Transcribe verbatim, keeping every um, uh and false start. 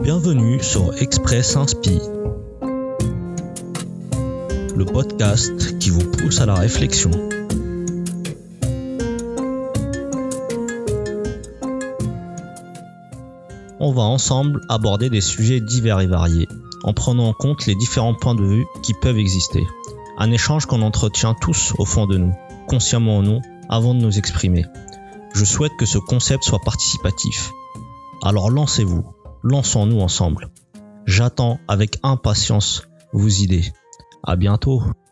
Bienvenue sur Express Inspi, le podcast qui vous pousse à la réflexion. On va ensemble aborder des sujets divers et variés, en prenant en compte les différents points de vue qui peuvent exister. Un échange qu'on entretient tous au fond de nous, consciemment ou non, avant de nous exprimer. Je souhaite que ce concept soit participatif. Alors lancez-vous, lançons-nous ensemble. J'attends avec impatience vos idées. À bientôt.